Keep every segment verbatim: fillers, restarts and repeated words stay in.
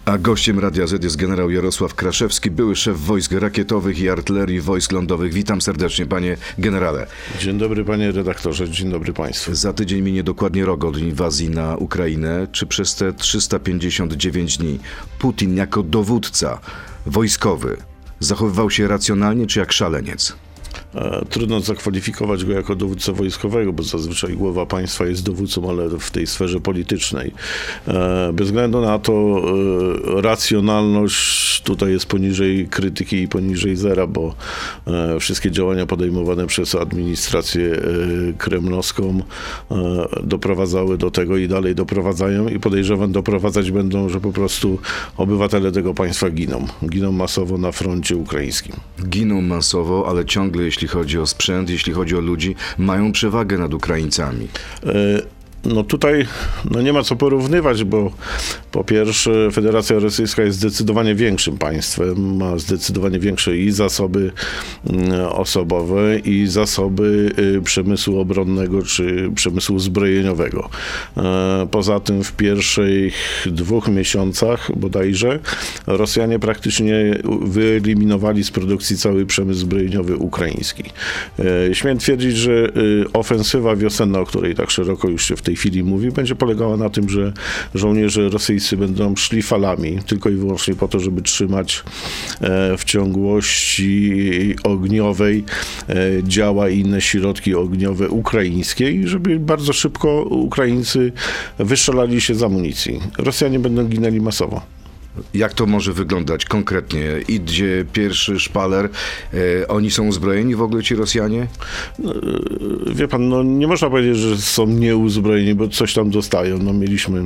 A gościem Radia Z jest generał Jarosław Kraszewski, były szef wojsk rakietowych i artylerii wojsk lądowych. Witam serdecznie, panie generale. Dzień dobry, panie redaktorze, dzień dobry państwu. Za tydzień minie dokładnie rok od inwazji na Ukrainę. Czy przez te trzysta pięćdziesiąt dziewięć dni Putin jako dowódca wojskowy zachowywał się racjonalnie, czy jak szaleniec? Trudno zakwalifikować go jako dowódcę wojskowego, bo zazwyczaj głowa państwa jest dowódcą, ale w tej sferze politycznej. Bez względu na to racjonalność tutaj jest poniżej krytyki i poniżej zera, bo wszystkie działania podejmowane przez administrację kremlowską doprowadzały do tego i dalej doprowadzają i podejrzewam doprowadzać będą, że po prostu obywatele tego państwa giną. Giną masowo na froncie ukraińskim. Giną masowo, ale ciągle, jeśli chodzi o sprzęt, jeśli chodzi o ludzi, mają przewagę nad Ukraińcami. No tutaj no nie ma co porównywać, bo po pierwsze Federacja Rosyjska jest zdecydowanie większym państwem, ma zdecydowanie większe i zasoby osobowe, i zasoby przemysłu obronnego czy przemysłu zbrojeniowego. Poza tym w pierwszych dwóch miesiącach bodajże Rosjanie praktycznie wyeliminowali z produkcji cały przemysł zbrojeniowy ukraiński. Śmiem twierdzić, że ofensywa wiosenna, o której tak szeroko już się w tej chwili mówi, będzie polegała na tym, że żołnierze rosyjscy będą szli falami tylko i wyłącznie po to, żeby trzymać w ciągłości ogniowej działa i inne środki ogniowe ukraińskie i żeby bardzo szybko Ukraińcy wystrzelali się z amunicji. Rosjanie będą ginęli masowo. Jak to może wyglądać konkretnie? Idzie pierwszy szpaler, e, oni są uzbrojeni w ogóle, ci Rosjanie? No, wie pan, no nie można powiedzieć, że są nieuzbrojeni, bo coś tam dostają. No mieliśmy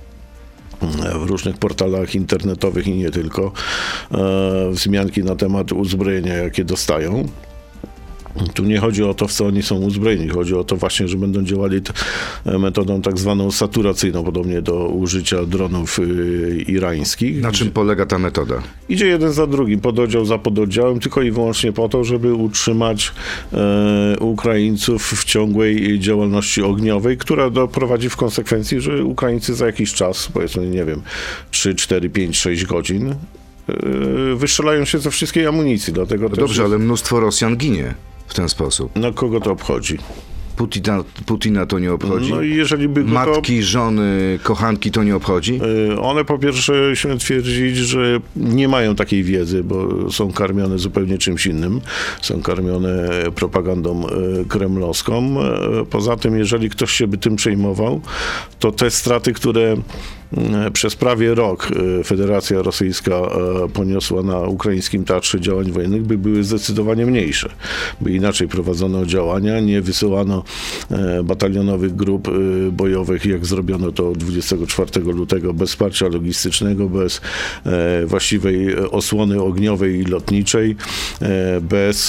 w różnych portalach internetowych i nie tylko e, wzmianki na temat uzbrojenia, jakie dostają. Tu nie chodzi o to, w co oni są uzbrojeni. Chodzi o to właśnie, że będą działali t- metodą tak zwaną saturacyjną, podobnie do użycia dronów y, irańskich. Na czym polega ta metoda? Idzie jeden za drugim, pododdział za pododdziałem, tylko i wyłącznie po to, żeby utrzymać e, Ukraińców w ciągłej działalności ogniowej, która doprowadzi w konsekwencji, że Ukraińcy za jakiś czas, powiedzmy, nie wiem, trzy, cztery, pięć, sześć godzin, e, wystrzelają się ze wszystkiej amunicji. Dlatego No też dobrze, jest... ale mnóstwo Rosjan ginie w ten sposób. No kogo to obchodzi? Putina, Putina to nie obchodzi? No i jeżeli by go Matki, to... żony, kochanki to nie obchodzi? One po pierwsze śmiem twierdzić, że nie mają takiej wiedzy, bo są karmione zupełnie czymś innym. Są karmione propagandą kremlowską. Poza tym, jeżeli ktoś się by tym przejmował, to te straty, które przez prawie rok Federacja Rosyjska poniosła na ukraińskim teatrze działań wojennych, by były zdecydowanie mniejsze. By inaczej prowadzono działania, nie wysyłano batalionowych grup bojowych, jak zrobiono to dwudziestego czwartego lutego, bez wsparcia logistycznego, bez właściwej osłony ogniowej i lotniczej, bez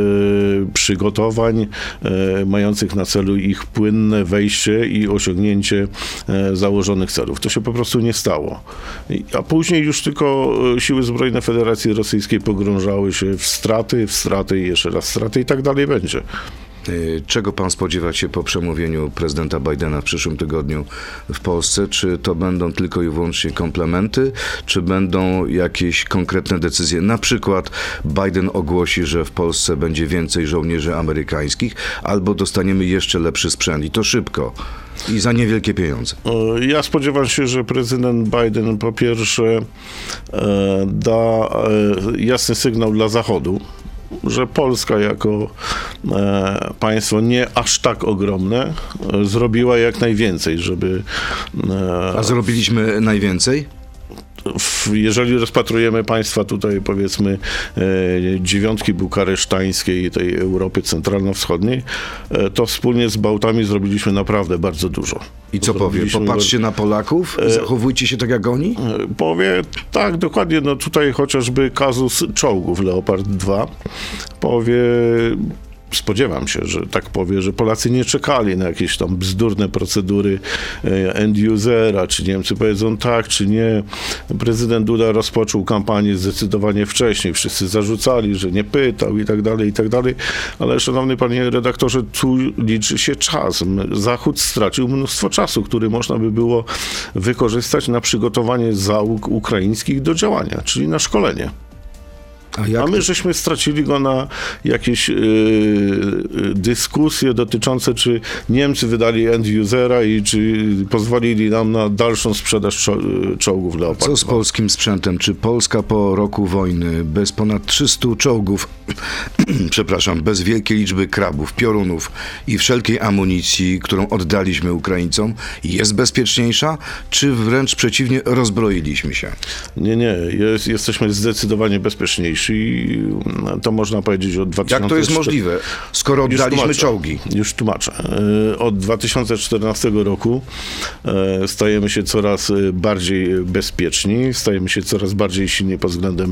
przygotowań mających na celu ich płynne wejście i osiągnięcie założonych celów. To się po prostu nie stało. A później już tylko siły zbrojne Federacji Rosyjskiej pogrążały się w straty, w straty i jeszcze raz straty i tak dalej będzie. Czego pan spodziewa się po przemówieniu prezydenta Bidena w przyszłym tygodniu w Polsce? Czy to będą tylko i wyłącznie komplementy, czy będą jakieś konkretne decyzje? Na przykład Biden ogłosi, że w Polsce będzie więcej żołnierzy amerykańskich, albo dostaniemy jeszcze lepszy sprzęt i to szybko. I za niewielkie pieniądze. Ja spodziewam się, że prezydent Biden po pierwsze da jasny sygnał dla Zachodu, że Polska jako e, państwo nie aż tak ogromne e, zrobiła jak najwięcej, żeby... E, A zrobiliśmy najwięcej? W, jeżeli rozpatrujemy państwa tutaj, powiedzmy, e, dziewiątki bukaresztańskiej i tej Europy Centralno-Wschodniej, e, to wspólnie z Bałtami zrobiliśmy naprawdę bardzo dużo. I co powie? Popatrzcie na Polaków, zachowujcie się tak jak oni? Powie, tak, dokładnie, no tutaj chociażby kazus czołgów Leopard dwa powie, spodziewam się, że tak powie, że Polacy nie czekali na jakieś tam bzdurne procedury end-usera, czy Niemcy powiedzą tak, czy nie. Prezydent Duda rozpoczął kampanię zdecydowanie wcześniej. Wszyscy zarzucali, że nie pytał i tak dalej, i tak dalej. Ale szanowny panie redaktorze, tu liczy się czas. Zachód stracił mnóstwo czasu, który można by było wykorzystać na przygotowanie załóg ukraińskich do działania, czyli na szkolenie. A, jak A my to- żeśmy stracili go na jakieś yy, yy, dyskusje dotyczące, czy Niemcy wydali end-usera i czy pozwolili nam na dalszą sprzedaż czo- czołgów Leopard. Co z polskim sprzętem? Czy Polska po roku wojny bez ponad trzystu czołgów, przepraszam, bez wielkiej liczby krabów, piorunów i wszelkiej amunicji, którą oddaliśmy Ukraińcom, jest bezpieczniejsza? Czy wręcz przeciwnie, rozbroiliśmy się? Nie, nie, jest, jesteśmy zdecydowanie bezpieczniejsi i to można powiedzieć od dwa tysiące Jak to jest możliwe, skoro Już oddaliśmy tłumaczę. czołgi? Już tłumaczę. E, Od dwa tysiące czternastego roku e, stajemy się coraz e, bardziej bezpieczni, stajemy się coraz bardziej silni pod względem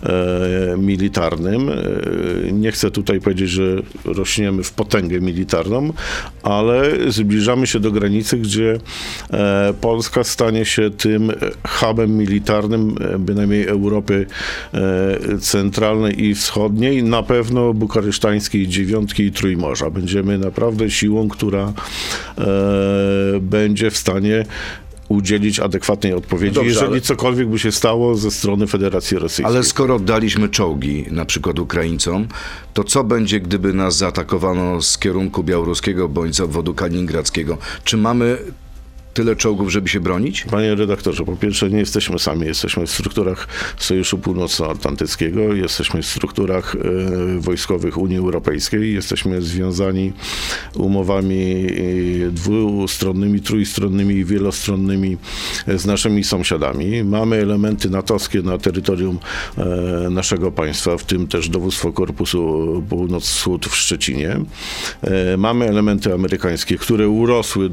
e, militarnym. E, Nie chcę tutaj powiedzieć, że rośniemy w potęgę militarną, ale zbliżamy się do granicy, gdzie e, Polska stanie się tym hubem militarnym, e, bynajmniej Europy e, centralnej i wschodniej, na pewno bukaresztańskiej dziewiątki i Trójmorza. Będziemy naprawdę siłą, która e, będzie w stanie udzielić adekwatnej odpowiedzi, Dobrze, jeżeli ale- cokolwiek by się stało ze strony Federacji Rosyjskiej. Ale skoro oddaliśmy czołgi, na przykład Ukraińcom, to co będzie, gdyby nas zaatakowano z kierunku białoruskiego bądź z obwodu kaliningradzkiego? Czy mamy tyle czołgów, żeby się bronić? Panie redaktorze, po pierwsze nie jesteśmy sami, jesteśmy w strukturach Sojuszu Północnoatlantyckiego, jesteśmy w strukturach e, wojskowych Unii Europejskiej, jesteśmy związani umowami e, dwustronnymi, trójstronnymi i wielostronnymi e, z naszymi sąsiadami. Mamy elementy natowskie na terytorium e, naszego państwa, w tym też dowództwo Korpusu Północ-Wschód w Szczecinie. E, mamy elementy amerykańskie, które urosły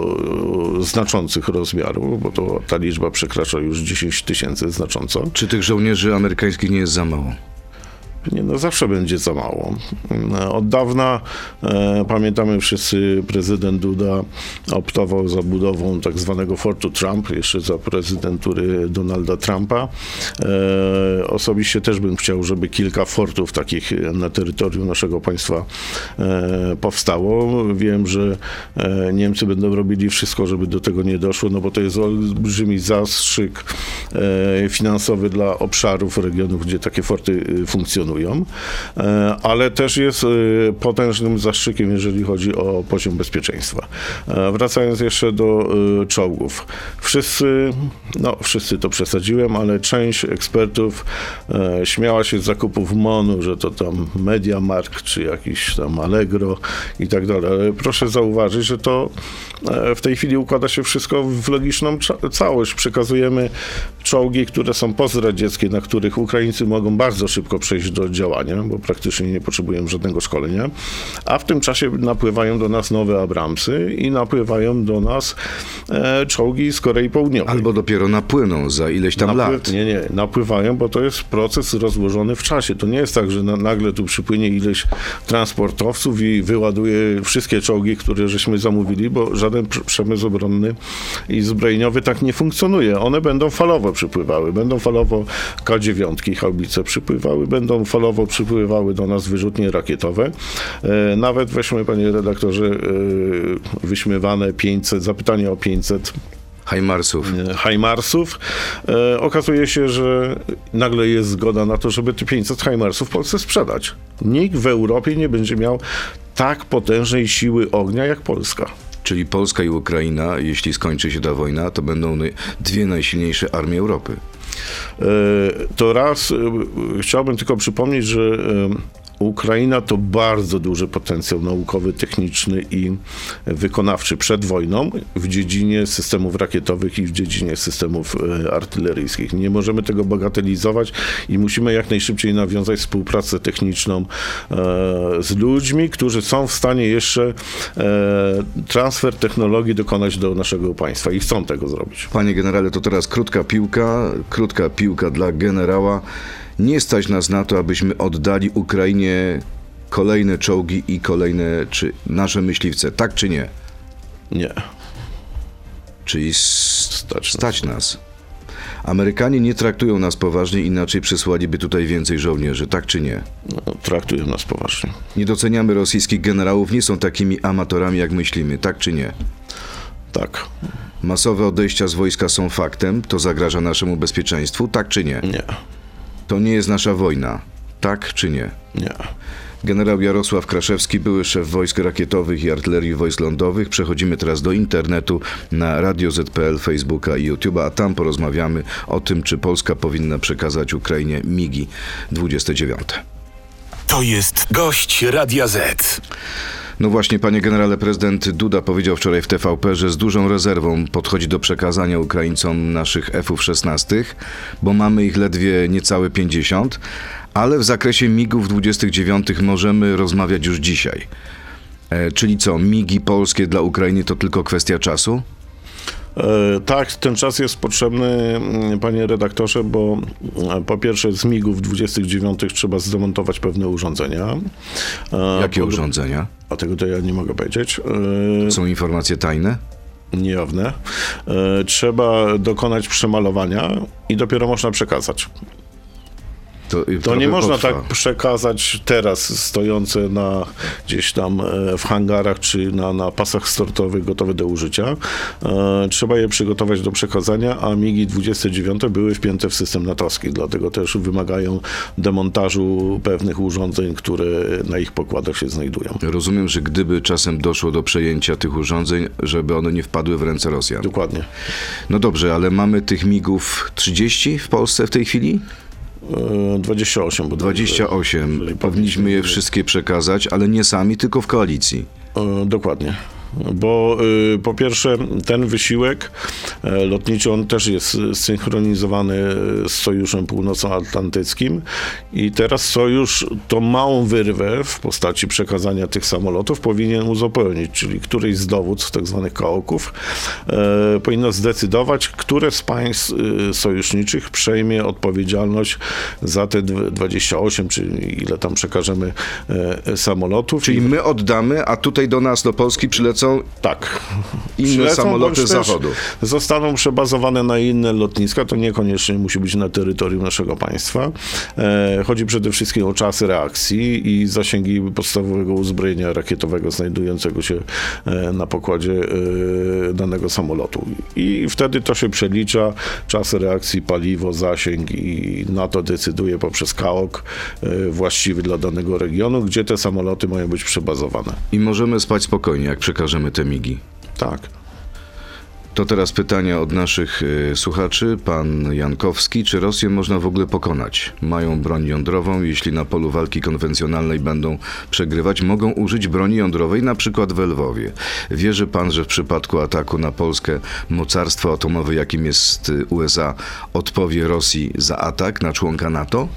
do e, znaczących rozmiarów, bo to ta liczba przekracza już dziesięć tysięcy znacząco. Czy tych żołnierzy amerykańskich nie jest za mało? Nie, no zawsze będzie za mało. Od dawna, e, pamiętamy wszyscy, prezydent Duda optował za budową tak zwanego Fortu Trump, jeszcze za prezydentury Donalda Trumpa. E, osobiście też bym chciał, żeby kilka fortów takich na terytorium naszego państwa e, powstało. Wiem, że e, Niemcy będą robili wszystko, żeby do tego nie doszło, no bo to jest olbrzymi zastrzyk e, finansowy dla obszarów, regionów, gdzie takie forty e, funkcjonują. E, ale też jest e, potężnym zastrzykiem, jeżeli chodzi o poziom bezpieczeństwa. E, wracając jeszcze do e, czołgów. Wszyscy, no wszyscy to przesadziłem, ale część ekspertów e, śmiała się z zakupów MON-u, że to tam MediaMarkt, czy jakiś tam Allegro i tak dalej. Ale proszę zauważyć, że to e, w tej chwili układa się wszystko w logiczną cza- całość. Przekazujemy czołgi, które są pozradzieckie, na których Ukraińcy mogą bardzo szybko przejść do działania, bo praktycznie nie potrzebują żadnego szkolenia, a w tym czasie napływają do nas nowe Abramsy i napływają do nas e, czołgi z Korei Południowej. Albo dopiero napłyną za ileś tam Napły- lat. Nie, nie, napływają, bo to jest proces rozłożony w czasie. To nie jest tak, że na, nagle tu przypłynie ileś transportowców i wyładuje wszystkie czołgi, które żeśmy zamówili, bo żaden pr- przemysł obronny i zbrojeniowy tak nie funkcjonuje. One będą falowo przypływały. Będą falowo K dziewięć, haubice przypływały, będą falowo przypływały do nas wyrzutnie rakietowe. E, nawet weźmy, panie redaktorze, e, wyśmiewane pięćset, zapytanie o pięćset Hajmarsów. Hajmarsów. E, okazuje się, że nagle jest zgoda na to, żeby te pięćset Hajmarsów w Polsce sprzedać. Nikt w Europie nie będzie miał tak potężnej siły ognia jak Polska. Czyli Polska i Ukraina, jeśli skończy się ta wojna, to będą naj- dwie najsilniejsze armie Europy. E, to raz e, chciałbym tylko przypomnieć, że e, Ukraina to bardzo duży potencjał naukowy, techniczny i wykonawczy przed wojną w dziedzinie systemów rakietowych i w dziedzinie systemów e, artyleryjskich. Nie możemy tego bagatelizować i musimy jak najszybciej nawiązać współpracę techniczną e, z ludźmi, którzy są w stanie jeszcze e, transfer technologii dokonać do naszego państwa i chcą tego zrobić. Panie generale, to teraz krótka piłka, krótka piłka dla generała. Nie stać nas na to, abyśmy oddali Ukrainie kolejne czołgi i kolejne, czy nasze myśliwce, tak czy nie? Nie. Czyli s- Stać nas. stać nas. Amerykanie nie traktują nas poważnie, inaczej przysłaliby tutaj więcej żołnierzy, tak czy nie? No, traktują nas poważnie. Nie doceniamy rosyjskich generałów, nie są takimi amatorami, jak myślimy, tak czy nie? Tak. Masowe odejścia z wojska są faktem, to zagraża naszemu bezpieczeństwu, tak czy nie? Nie. To nie jest nasza wojna, tak czy nie? Nie. Generał Jarosław Kraszewski, były szef wojsk rakietowych i artylerii wojsk lądowych. Przechodzimy teraz do internetu na Radio Z P L, Facebooka i YouTube'a, a tam porozmawiamy o tym, czy Polska powinna przekazać Ukrainie migi dwudzieste dziewiąte. To jest gość Radia Z. No właśnie, panie generale, prezydent Duda powiedział wczoraj w T V P, że z dużą rezerwą podchodzi do przekazania Ukraińcom naszych F szesnaście, bo mamy ich ledwie niecałe pięćdziesiąt, ale w zakresie migów dwudziestych dziewiątych możemy rozmawiać już dzisiaj. E, czyli co, migi polskie dla Ukrainy to tylko kwestia czasu? E, tak, ten czas jest potrzebny, mm, panie redaktorze, bo e, po pierwsze z migów dwudziestych dziewiątych trzeba zdemontować pewne urządzenia. E, Jakie po- urządzenia? A tego to ja nie mogę powiedzieć. E, Są informacje tajne? niejawne. E, trzeba dokonać przemalowania i dopiero można przekazać. To, To trochę nie można potrwa. tak przekazać teraz stojące na gdzieś tam e, w hangarach czy na, na pasach startowych gotowe do użycia. E, trzeba je przygotować do przekazania, a migi dwudzieste dziewiąte były wpięte w system natowski, dlatego też wymagają demontażu pewnych urządzeń, które na ich pokładach się znajdują. Rozumiem, że gdyby czasem doszło do przejęcia tych urządzeń, żeby one nie wpadły w ręce Rosjan. Dokładnie. No dobrze, ale mamy tych migów trzydzieści w Polsce w tej chwili? E, dwadzieścia osiem. Bo dwadzieścia osiem. Jeżeli Powinniśmy je wszystkie przekazać, ale nie sami, tylko w koalicji. E, Dokładnie. Bo y, po pierwsze ten wysiłek e, lotniczy, on też jest synchronizowany z Sojuszem Północnoatlantyckim i teraz Sojusz tą małą wyrwę w postaci przekazania tych samolotów powinien uzupełnić, czyli któryś z dowództw, tak zwanych kaoków, e, powinno zdecydować, które z państw y, sojuszniczych przejmie odpowiedzialność za te dw- dwadzieścia osiem, czy ile tam przekażemy e, samolotów. Czyli my oddamy, a tutaj do nas, do Polski przylecą Tak. inne Przylecą, samoloty bądź z też zachodu. Zostaną przebazowane na inne lotniska, to niekoniecznie musi być na terytorium naszego państwa. E, chodzi przede wszystkim o czas reakcji i zasięgi podstawowego uzbrojenia rakietowego znajdującego się e, na pokładzie e, danego samolotu. I wtedy to się przelicza, czas reakcji, paliwo, zasięg i na to decyduje poprzez kaok e, właściwy dla danego regionu, gdzie te samoloty mają być przebazowane. I możemy spać spokojnie, jak przekażemy te migi. Tak. To teraz pytania od naszych y, słuchaczy. Pan Jankowski, czy Rosję można w ogóle pokonać? Mają broń jądrową, jeśli na polu walki konwencjonalnej będą przegrywać, mogą użyć broni jądrowej, na przykład w Lwowie. Wierzy pan, że w przypadku ataku na Polskę mocarstwo atomowe, jakim jest y, U S A, odpowie Rosji za atak na członka NATO?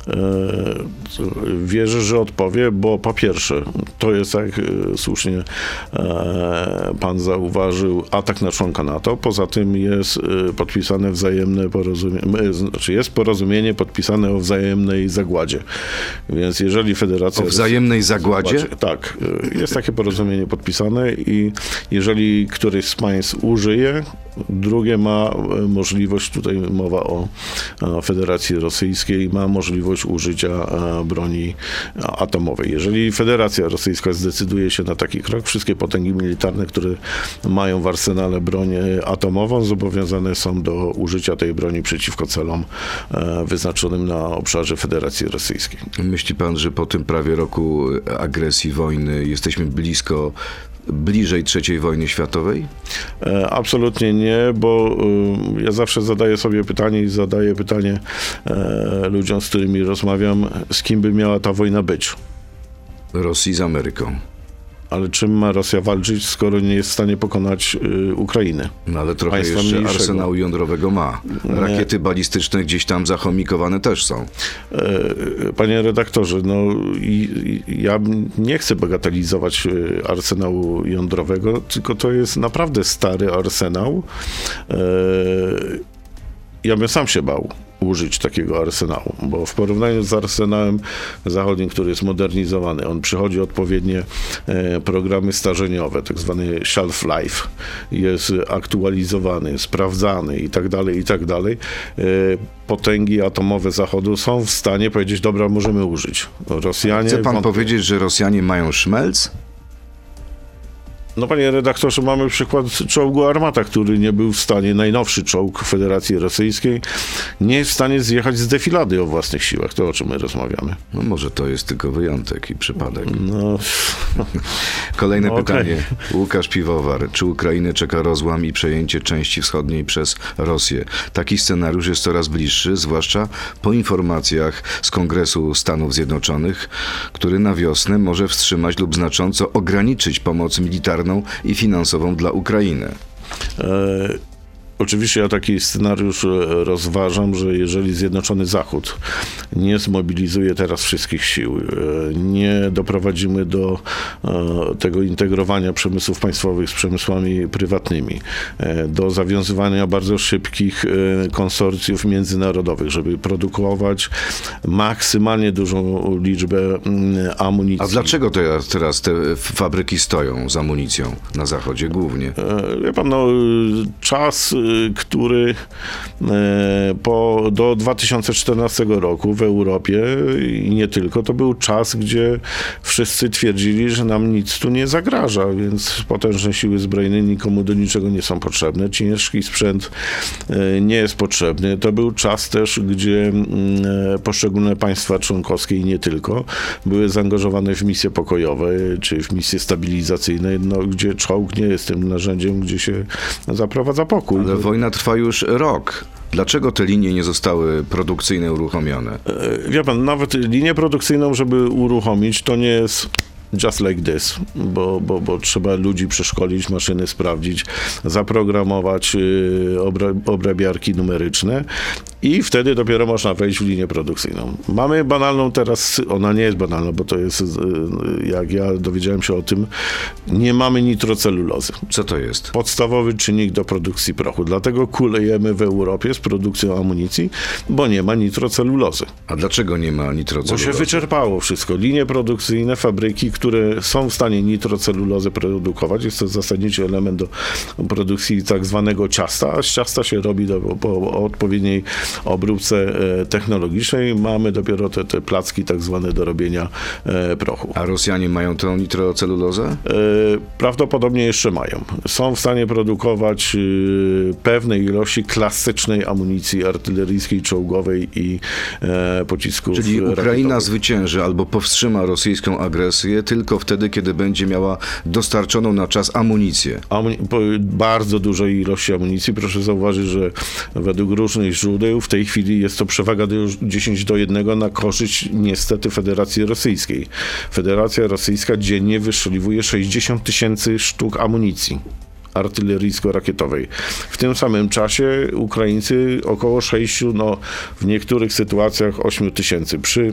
Wierzę, że odpowie, bo po pierwsze, to jest, jak e, słusznie e, pan zauważył, atak na członka NATO. Poza tym jest e, podpisane wzajemne porozumienie, znaczy jest porozumienie podpisane o wzajemnej zagładzie. Więc jeżeli Federacja... O wzajemnej zagładzie? Tak, e, jest takie porozumienie podpisane i jeżeli któryś z państw użyje, drugie ma e, możliwość, tutaj mowa o e, Federacji Rosyjskiej, ma możliwość użycia e, broni atomowej. Jeżeli Federacja Rosyjska zdecyduje się na taki krok, wszystkie potęgi militarne, które mają w arsenale broń atomową, zobowiązane są do użycia tej broni przeciwko celom e, wyznaczonym na obszarze Federacji Rosyjskiej. Myśli pan, że po tym prawie roku agresji, wojny jesteśmy blisko, bliżej trzeciej wojny światowej? E, absolutnie nie, bo e, ja zawsze zadaję sobie pytanie i zadaję pytanie e, ludziom, z którymi rozmawiam, z kim by miała ta wojna być. Rosji z Ameryką. Ale czym ma Rosja walczyć, skoro nie jest w stanie pokonać y, Ukrainy? No ale trochę Państwa jeszcze mniejszego. arsenału jądrowego ma. Rakiety balistyczne gdzieś tam zachomikowane też są. E, Panie redaktorze, no i, i, ja nie chcę bagatelizować y, arsenału jądrowego, tylko to jest naprawdę stary arsenał. E, ja bym sam się bał użyć takiego arsenału, bo w porównaniu z arsenałem zachodnim, który jest modernizowany, on przychodzi odpowiednie e, programy starzeniowe, tak zwany shelf life, jest aktualizowany, sprawdzany i tak dalej, i tak dalej. E, potęgi atomowe Zachodu są w stanie powiedzieć, dobra, możemy użyć. Rosjanie... Chce pan wątpią. powiedzieć, że Rosjanie mają szmelc? No panie redaktorze, mamy przykład czołgu Armata, który nie był w stanie, najnowszy czołg Federacji Rosyjskiej, nie jest w stanie zjechać z defilady o własnych siłach. To o czym my rozmawiamy. No może to jest tylko wyjątek i przypadek. No, Kolejne no, okay. pytanie. Łukasz Piwowar. Czy Ukrainę czeka rozłam i przejęcie części wschodniej przez Rosję? Taki scenariusz jest coraz bliższy, zwłaszcza po informacjach z Kongresu Stanów Zjednoczonych, który na wiosnę może wstrzymać lub znacząco ograniczyć pomoc militarną i finansową dla Ukrainy. E, oczywiście ja taki scenariusz rozważam, że jeżeli Zjednoczony Zachód nie zmobilizuje teraz wszystkich sił, nie doprowadzimy do tego integrowania przemysłów państwowych z przemysłami prywatnymi, do zawiązywania bardzo szybkich konsorcjów międzynarodowych, żeby produkować maksymalnie dużą liczbę amunicji. A dlaczego teraz, teraz te fabryki stoją z amunicją na Zachodzie głównie? Wie pan, no, czas, który po, do dwa tysiące czternastego roku w Europie i nie tylko, to był czas, gdzie wszyscy twierdzili, że nam nic tu nie zagraża, więc potężne siły zbrojne nikomu do niczego nie są potrzebne, ciężki sprzęt nie jest potrzebny. To był czas też, gdzie poszczególne państwa członkowskie i nie tylko były zaangażowane w misje pokojowe, czy w misje stabilizacyjne, no, gdzie czołg nie jest tym narzędziem, gdzie się zaprowadza pokój. Ale wojna trwa już rok. Dlaczego te linie nie zostały produkcyjne uruchomione? Wie pan, nawet linię produkcyjną, żeby uruchomić, to nie jest just like this, bo, bo, bo trzeba ludzi przeszkolić, maszyny sprawdzić, zaprogramować yy, obra, obrabiarki numeryczne i wtedy dopiero można wejść w linię produkcyjną. Mamy banalną teraz, ona nie jest banalna, bo to jest, yy, jak ja dowiedziałem się o tym, nie mamy nitrocelulozy. Co to jest? Podstawowy czynnik do produkcji prochu. Dlatego kulejemy w Europie z produkcją amunicji, bo nie ma nitrocelulozy. A dlaczego nie ma Bo nitrocelulozy? się wyczerpało wszystko. Linie produkcyjne, fabryki, które są w stanie nitrocelulozę produkować. Jest to zasadniczy element do produkcji tak zwanego ciasta, a z ciasta się robi do, po odpowiedniej obróbce e, technologicznej. Mamy dopiero te, te placki tak zwane do robienia e, prochu. A Rosjanie mają tą nitrocelulozę? E, prawdopodobnie jeszcze mają. Są w stanie produkować e, pewne ilości klasycznej amunicji artyleryjskiej, czołgowej i e, pocisków Czyli Ukraina rakietowych. zwycięży albo powstrzyma rosyjską agresję tylko wtedy, kiedy będzie miała dostarczoną na czas amunicję. Amuni- po bardzo dużej ilości amunicji. Proszę zauważyć, że według różnych źródeł w tej chwili jest to przewaga do dziesięć do jednego na korzyść niestety Federacji Rosyjskiej. Federacja Rosyjska dziennie wystrzeliwuje sześćdziesiąt tysięcy sztuk amunicji artyleryjsko-rakietowej. W tym samym czasie Ukraińcy około sześciu, no w niektórych sytuacjach ośmiu tysięcy. Przy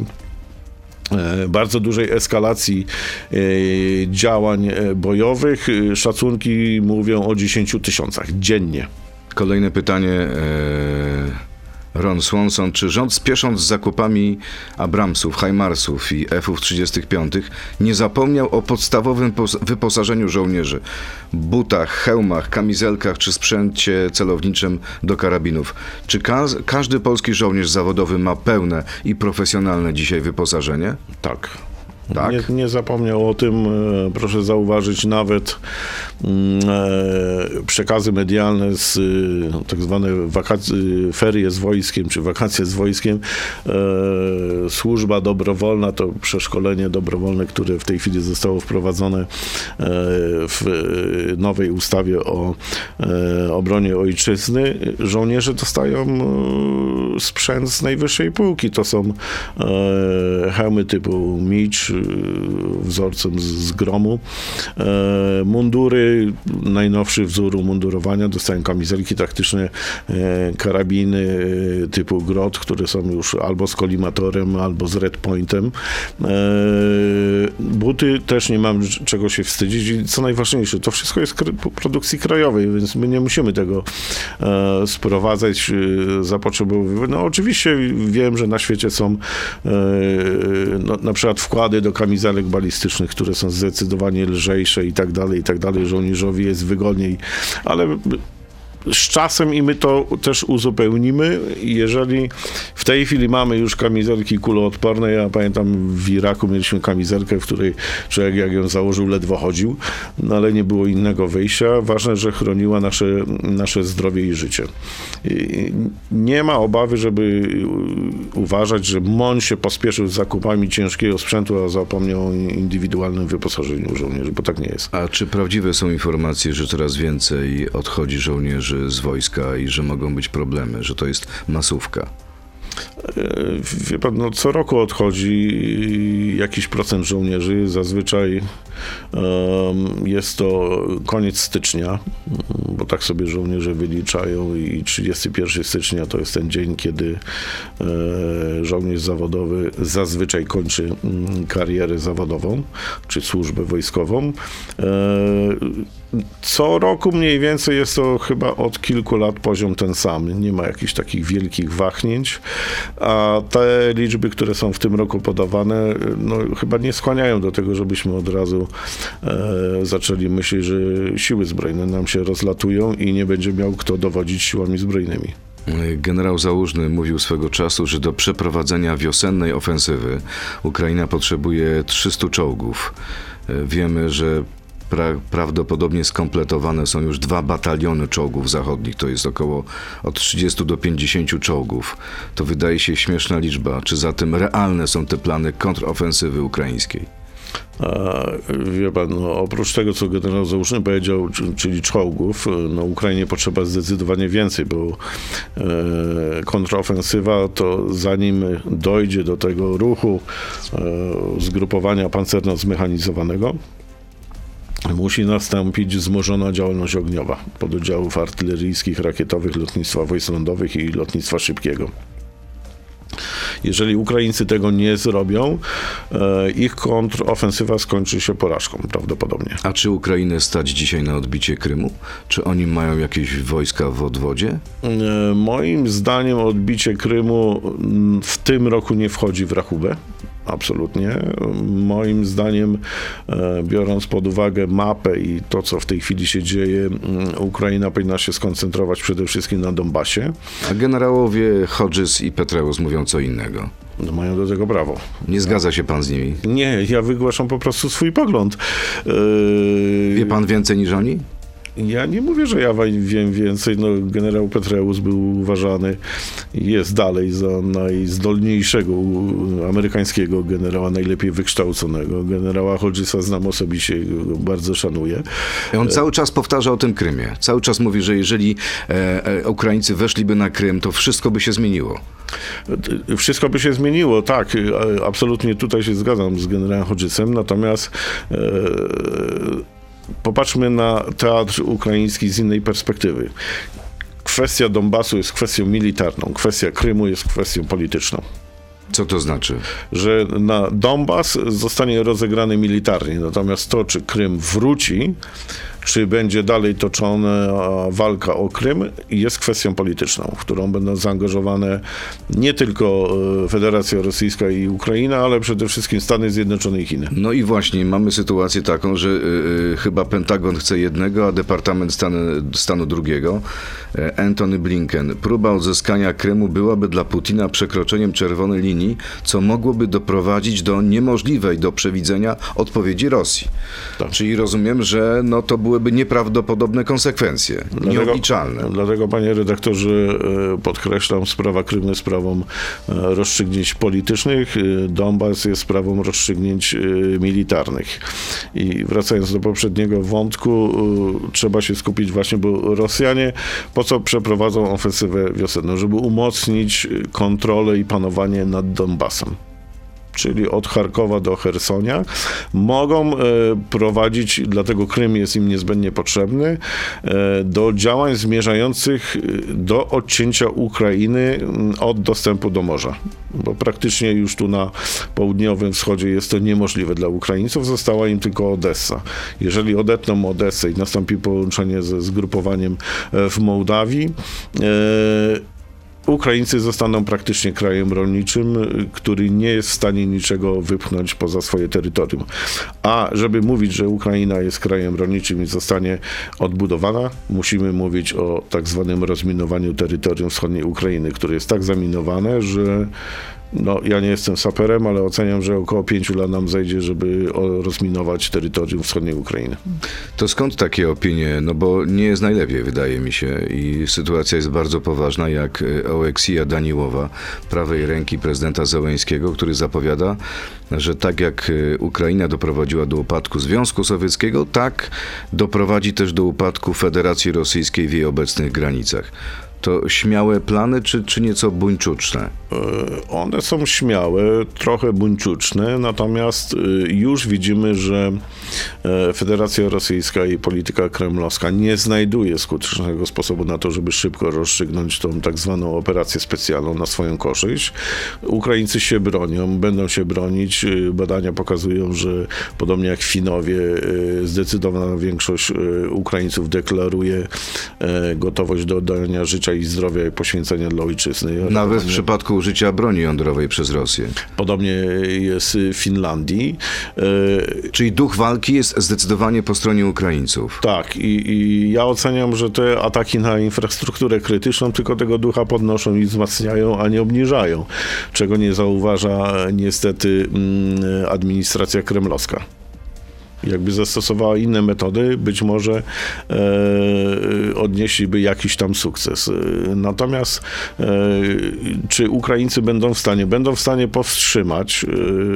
bardzo dużej eskalacji e, działań bojowych szacunki mówią o dziesięciu tysiącach dziennie. Kolejne pytanie. E... Ron Swanson, czy rząd, spiesząc z zakupami Abramsów, Hajmarsów i F-ów trzydziestych piątych, nie zapomniał o podstawowym wyposażeniu żołnierzy? Butach, hełmach, kamizelkach czy sprzęcie celowniczym do karabinów. Czy ka- każdy polski żołnierz zawodowy ma pełne i profesjonalne dzisiaj wyposażenie? Tak. Tak? Nie, nie zapomniał o tym. E, proszę zauważyć, nawet mm, e, przekazy medialne z e, tak zwane wakacje, ferie z wojskiem, czy wakacje z wojskiem, e, służba dobrowolna, to przeszkolenie dobrowolne, które w tej chwili zostało wprowadzone e, w nowej ustawie o e, obronie ojczyzny. Żołnierze dostają e, sprzęt z najwyższej półki. To są e, hełmy typu Micz, wzorcem z, z gromu, e, mundury najnowszy wzór umundurowania, dostają kamizelki taktyczne, karabiny typu Grot, które są już albo z kolimatorem, albo z redpointem. Buty też nie mam czego się wstydzić i co najważniejsze, to wszystko jest produkcji krajowej, więc my nie musimy tego sprowadzać, zapotrzebowywać. No oczywiście wiem, że na świecie są no, na przykład wkłady do kamizelek balistycznych, które są zdecydowanie lżejsze i tak dalej, i tak dalej. Żołnierzowi jest wygodniej, ale z czasem i my to też uzupełnimy. Jeżeli w tej chwili mamy już kamizelki kuloodporne, ja pamiętam w Iraku mieliśmy kamizelkę, w której człowiek jak ją założył ledwo chodził, no ale nie było innego wyjścia. Ważne, że chroniła nasze, nasze zdrowie i życie. I nie ma obawy, żeby uważać, że M O N się pospieszył z zakupami ciężkiego sprzętu, a zapomniał o indywidualnym wyposażeniu żołnierzy, bo tak nie jest. A czy prawdziwe są informacje, że coraz więcej odchodzi żołnierzy z wojska i że mogą być problemy, że to jest masówka? Wie pan, no co roku odchodzi jakiś procent żołnierzy. Zazwyczaj um, jest to koniec stycznia, bo tak sobie żołnierze wyliczają i trzydziestego pierwszego stycznia to jest ten dzień, kiedy e, żołnierz zawodowy zazwyczaj kończy m, karierę zawodową, czy służbę wojskową. E, Co roku mniej więcej jest to chyba od kilku lat poziom ten sam. Nie ma jakichś takich wielkich wahnięć, a te liczby, które są w tym roku podawane, no chyba nie skłaniają do tego, żebyśmy od razu e, zaczęli myśleć, że siły zbrojne nam się rozlatują i nie będzie miał kto dowodzić siłami zbrojnymi. Generał Załużny mówił swego czasu, że do przeprowadzenia wiosennej ofensywy Ukraina potrzebuje trzystu czołgów. Wiemy, że Pra- prawdopodobnie skompletowane są już dwa bataliony czołgów zachodnich, to jest około od trzydziestu do pięćdziesięciu czołgów. To wydaje się śmieszna liczba. Czy zatem realne są te plany kontrofensywy ukraińskiej? A, wie pan, no, oprócz tego, co generał Załużny powiedział, czyli czołgów, no Ukrainie potrzeba zdecydowanie więcej, bo e, kontrofensywa to zanim dojdzie do tego ruchu e, zgrupowania pancerno-zmechanizowanego, musi nastąpić wzmożona działalność ogniowa pododdziałów artyleryjskich, rakietowych, lotnictwa wojsk lądowych i lotnictwa szybkiego. Jeżeli Ukraińcy tego nie zrobią, e, ich kontrofensywa skończy się porażką prawdopodobnie. A czy Ukrainę stać dzisiaj na odbicie Krymu? Czy oni mają jakieś wojska w odwodzie? E, moim zdaniem odbicie Krymu w tym roku nie wchodzi w rachubę. Absolutnie. Moim zdaniem, e, biorąc pod uwagę mapę i to, co w tej chwili się dzieje, Ukraina powinna się skoncentrować przede wszystkim na Donbasie. A generałowie Hodges i Petraeus mówią co innego. No, mają do tego prawo. Nie zgadza się pan z nimi? Nie, ja wygłaszam po prostu swój pogląd. E, Wie pan więcej niż oni? Ja nie mówię, że ja wiem więcej. No, generał Petraeus był uważany, jest dalej za najzdolniejszego amerykańskiego generała, najlepiej wykształconego. Generała Hodgesa znam osobiście, go bardzo szanuję. I on cały czas powtarza o tym Krymie. Cały czas mówi, że jeżeli e, e, Ukraińcy weszliby na Krym, to wszystko by się zmieniło. Wszystko by się zmieniło, tak. Absolutnie tutaj się zgadzam z generałem Hodgesem, natomiast e, popatrzmy na teatr ukraiński z innej perspektywy. Kwestia Donbasu jest kwestią militarną, kwestia Krymu jest kwestią polityczną. Co to znaczy? Że na Donbas zostanie rozegrany militarnie, natomiast to, czy Krym wróci, czy będzie dalej toczona walka o Krym, jest kwestią polityczną, w którą będą zaangażowane nie tylko Federacja Rosyjska i Ukraina, ale przede wszystkim Stany Zjednoczone i Chiny. No i właśnie mamy sytuację taką, że y, chyba Pentagon chce jednego, a Departament Stanu, Stanu drugiego. Antony Blinken. Próba odzyskania Krymu byłaby dla Putina przekroczeniem czerwonej linii, co mogłoby doprowadzić do niemożliwej do przewidzenia odpowiedzi Rosji. Tak. Czyli rozumiem, że no to byłyby nieprawdopodobne konsekwencje, dlatego, nieobliczalne. Dlatego, panie redaktorze, podkreślam, sprawa Krymu jest sprawą rozstrzygnięć politycznych, Donbas jest sprawą rozstrzygnięć militarnych. I wracając do poprzedniego wątku, trzeba się skupić właśnie, bo Rosjanie po co przeprowadzą ofensywę wiosenną? Żeby umocnić kontrolę i panowanie nad Donbasem. czyli od Charkowa do Chersonia, mogą e, prowadzić, dlatego Krym jest im niezbędnie potrzebny, e, do działań zmierzających do odcięcia Ukrainy od dostępu do morza. Bo praktycznie już tu na południowym wschodzie jest to niemożliwe dla Ukraińców, została im tylko Odessa. Jeżeli odetną Odessę i nastąpi połączenie ze zgrupowaniem w Mołdawii, e, Ukraińcy zostaną praktycznie krajem rolniczym, który nie jest w stanie niczego wypchnąć poza swoje terytorium. A żeby mówić, że Ukraina jest krajem rolniczym i zostanie odbudowana, musimy mówić o tak zwanym rozminowaniu terytorium wschodniej Ukrainy, które jest tak zaminowane, że no, ja nie jestem saperem, ale oceniam, że około pięciu lat nam zejdzie, żeby rozminować terytorium wschodniej Ukrainy. To skąd takie opinie? No bo nie jest najlepiej, wydaje mi się, i sytuacja jest bardzo poważna, jak Oleksija Daniłowa, prawej ręki prezydenta Zełenskiego, który zapowiada, że tak jak Ukraina doprowadziła do upadku Związku Sowieckiego, tak doprowadzi też do upadku Federacji Rosyjskiej w jej obecnych granicach. To śmiałe plany, czy, czy nieco buńczuczne? One są śmiałe, trochę buńczuczne, natomiast już widzimy, że Federacja Rosyjska i polityka kremlowska nie znajduje skutecznego sposobu na to, żeby szybko rozstrzygnąć tą tak zwaną operację specjalną na swoją korzyść. Ukraińcy się bronią, będą się bronić. Badania pokazują, że podobnie jak Finowie, zdecydowana większość Ukraińców deklaruje gotowość do oddania życia i zdrowia i poświęcenia dla ojczyzny. Nawet w przypadku użycia broni jądrowej przez Rosję. Podobnie jest w Finlandii. Czyli duch walki jest zdecydowanie po stronie Ukraińców. Tak, i, i ja oceniam, że te ataki na infrastrukturę krytyczną tylko tego ducha podnoszą i wzmacniają, a nie obniżają, czego nie zauważa niestety administracja kremlowska. Jakby zastosowała inne metody, być może e, odnieśliby jakiś tam sukces. Natomiast e, czy Ukraińcy będą w stanie? Będą w stanie powstrzymać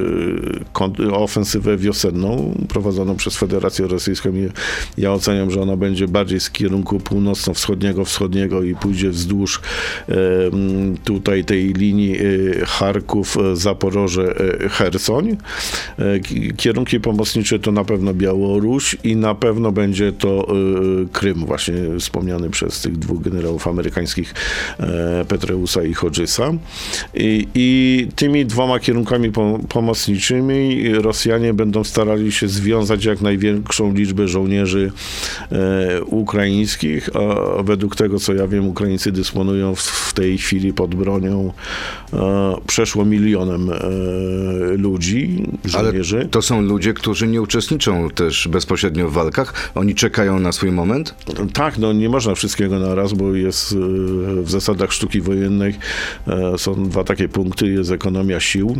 e, ofensywę wiosenną prowadzoną przez Federację Rosyjską. Ja oceniam, że ona będzie bardziej z kierunku północno-wschodniego, wschodniego i pójdzie wzdłuż e, tutaj tej linii e, Charków, Zaporoże, e, Chersoń. E, kierunki pomocnicze to na pewno Białoruś i na pewno będzie to y, Krym, właśnie wspomniany przez tych dwóch generałów amerykańskich, e, Petreusa i Hodgesa. I, I tymi dwoma kierunkami pom- pomocniczymi Rosjanie będą starali się związać jak największą liczbę żołnierzy e, ukraińskich, a według tego, co ja wiem, Ukraińcy dysponują w, w tej chwili pod bronią e, przeszło milionem e, ludzi, żołnierzy. Ale to są ludzie, którzy nie uczestniczą też bezpośrednio w walkach? Oni czekają na swój moment? Tak, no nie można wszystkiego na raz, bo jest w zasadach sztuki wojennej są dwa takie punkty, jest ekonomia sił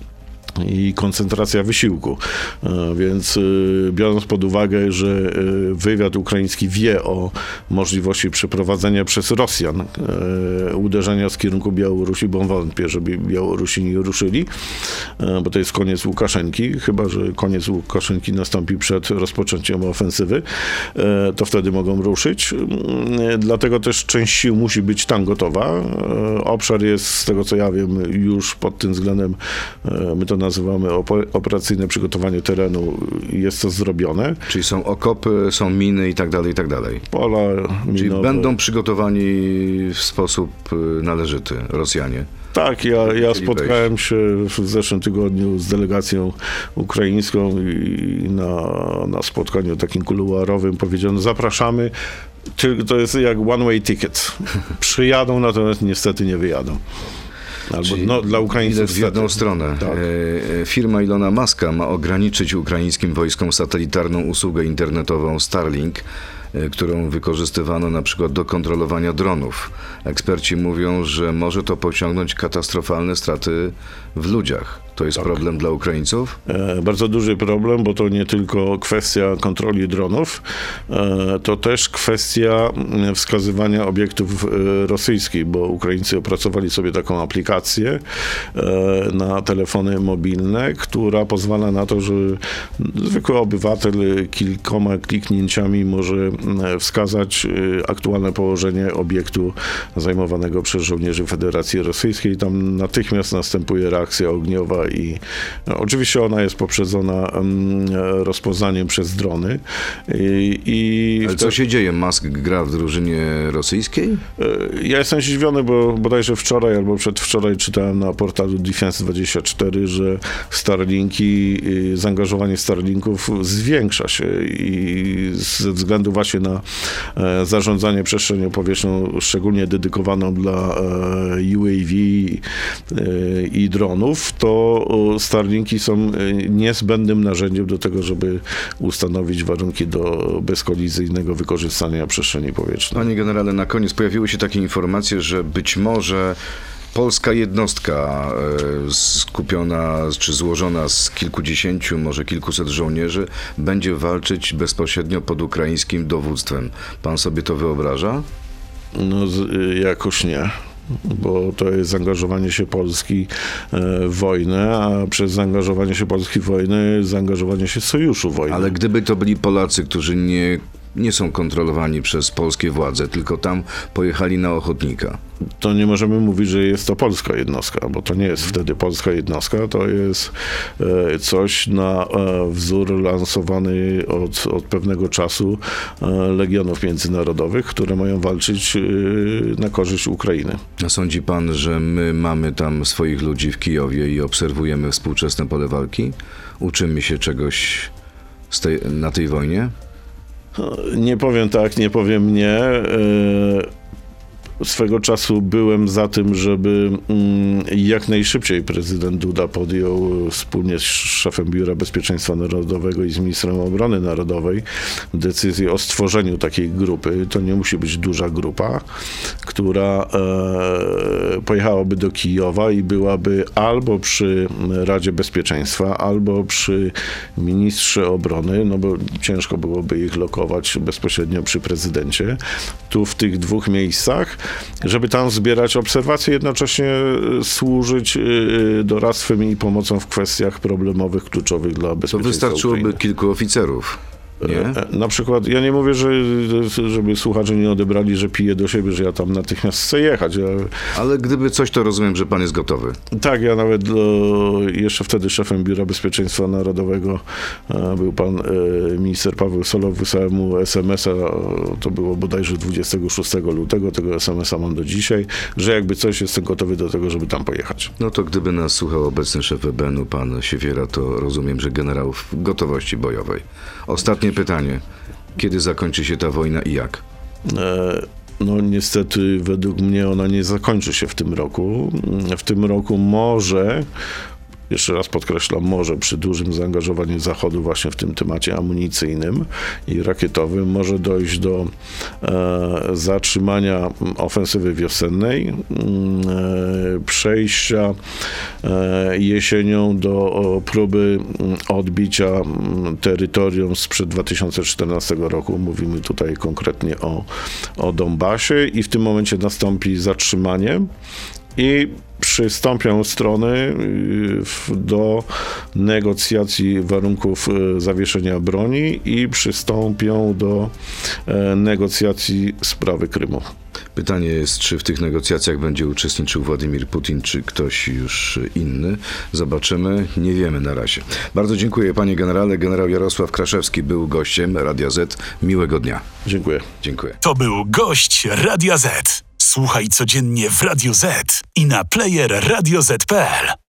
i koncentracja wysiłku. Więc biorąc pod uwagę, że wywiad ukraiński wie o możliwości przeprowadzenia przez Rosjan uderzenia z kierunku Białorusi, bo wątpię, żeby Białorusini ruszyli, bo to jest koniec Łukaszenki, chyba że koniec Łukaszenki nastąpi przed rozpoczęciem ofensywy, to wtedy mogą ruszyć. Dlatego też część sił musi być tam gotowa. Obszar jest, z tego co ja wiem, już pod tym względem, my to nazywamy operacyjne przygotowanie terenu, jest to zrobione. Czyli są okopy, są miny i tak dalej, i tak dalej. Pola minowe. Czyli będą przygotowani w sposób należyty Rosjanie. Tak, ja, ja spotkałem się w zeszłym tygodniu z delegacją ukraińską i na, na spotkaniu takim kuluarowym powiedziano, zapraszamy, to jest jak one way ticket. Przyjadą, natomiast niestety nie wyjadą. Albo, Czyli no, dla Ukraińców w jedną stronę. Tak. E, firma Ilona Muska ma ograniczyć ukraińskim wojskom satelitarną usługę internetową Starlink, e, którą wykorzystywano na przykład do kontrolowania dronów. Eksperci mówią, że może to pociągnąć katastrofalne straty w ludziach. To jest tak. problem dla Ukraińców? E, bardzo duży problem, bo to nie tylko kwestia kontroli dronów, e, to też kwestia wskazywania obiektów e, rosyjskich, bo Ukraińcy opracowali sobie taką aplikację e, na telefony mobilne, która pozwala na to, że zwykły obywatel kilkoma kliknięciami może wskazać e, aktualne położenie obiektu zajmowanego przez żołnierzy Federacji Rosyjskiej. Tam natychmiast następuje reakcja ogniowa i no, oczywiście ona jest poprzedzona um, rozpoznaniem przez drony. I, i Ale co się dzieje? Musk gra w drużynie rosyjskiej? Ja jestem zdziwiony, bo bodajże wczoraj albo przedwczoraj czytałem na portalu Defense dwadzieścia cztery, że Starlinki, zaangażowanie Starlinków zwiększa się i ze względu właśnie na zarządzanie przestrzenią powietrzną, szczególnie dedykowaną dla U A V i dronów, to Starlinki są niezbędnym narzędziem do tego, żeby ustanowić warunki do bezkolizyjnego wykorzystania przestrzeni powietrznej. Panie generale, na koniec pojawiły się takie informacje, że być może polska jednostka e, skupiona czy złożona z kilkudziesięciu, może kilkuset żołnierzy będzie walczyć bezpośrednio pod ukraińskim dowództwem. Pan sobie to wyobraża? No z, jakoś nie. Bo to jest zaangażowanie się Polski w wojnę, a przez zaangażowanie się Polski w wojnę jest zaangażowanie się sojuszu wojny. Ale gdyby to byli Polacy, którzy nie, nie są kontrolowani przez polskie władze, tylko tam pojechali na ochotnika. To nie możemy mówić, że jest to polska jednostka, bo to nie jest wtedy polska jednostka, to jest e, coś na e, wzór lansowany od, od pewnego czasu e, legionów międzynarodowych, które mają walczyć e, na korzyść Ukrainy. A sądzi pan, że my mamy tam swoich ludzi w Kijowie i obserwujemy współczesne pole walki? Uczymy się czegoś z tej, na tej wojnie? Nie powiem tak, nie powiem nie. E, Swego czasu byłem za tym, żeby jak najszybciej prezydent Duda podjął wspólnie z szefem Biura Bezpieczeństwa Narodowego i z ministrem obrony narodowej decyzję o stworzeniu takiej grupy. To nie musi być duża grupa, która e, pojechałaby do Kijowa i byłaby albo przy Radzie Bezpieczeństwa, albo przy ministrze obrony, no bo ciężko byłoby ich lokować bezpośrednio przy prezydencie. Tu w tych dwóch miejscach, żeby tam zbierać obserwacje, jednocześnie służyć doradztwem i pomocą w kwestiach problemowych, kluczowych dla To bezpieczeństwa wystarczyłoby Ukrainy. kilku oficerów. Nie? Na przykład, ja nie mówię, że, żeby słuchacze nie odebrali, że piję do siebie, że ja tam natychmiast chcę jechać. Ja, Ale gdyby coś, to rozumiem, że pan jest gotowy. tak, ja nawet do, jeszcze wtedy szefem Biura Bezpieczeństwa Narodowego e, był pan e, minister Paweł Solow, wysłałem mu es em es a, to było bodajże dwudziestego szóstego lutego, tego es em es a mam do dzisiaj, że jakby coś, jestem gotowy do tego, żeby tam pojechać. No to gdyby nas słuchał obecny szef E B N u, pan Siewiera, to rozumiem, że generał w gotowości bojowej. Ostatnie pytanie. Kiedy zakończy się ta wojna i jak? E, No niestety według mnie ona nie zakończy się w tym roku. W tym roku może, jeszcze raz podkreślam, może przy dużym zaangażowaniu Zachodu właśnie w tym temacie amunicyjnym i rakietowym może dojść do e, zatrzymania ofensywy wiosennej, e, przejścia e, jesienią do o, próby odbicia terytorium sprzed dwa tysiące czternastego roku. Mówimy tutaj konkretnie o, o Donbasie i w tym momencie nastąpi zatrzymanie i przystąpią strony do negocjacji warunków zawieszenia broni i przystąpią do negocjacji sprawy Krymu. Pytanie jest, czy w tych negocjacjach będzie uczestniczył Władimir Putin, czy ktoś już inny. Zobaczymy. Nie wiemy na razie. Bardzo dziękuję, panie generale. Generał Jarosław Kraszewski był gościem Radia Z. Miłego dnia. Dziękuję. Dziękuję. To był gość Radia Z. Słuchaj codziennie w Radio Z i na player radio zet kropka pe el.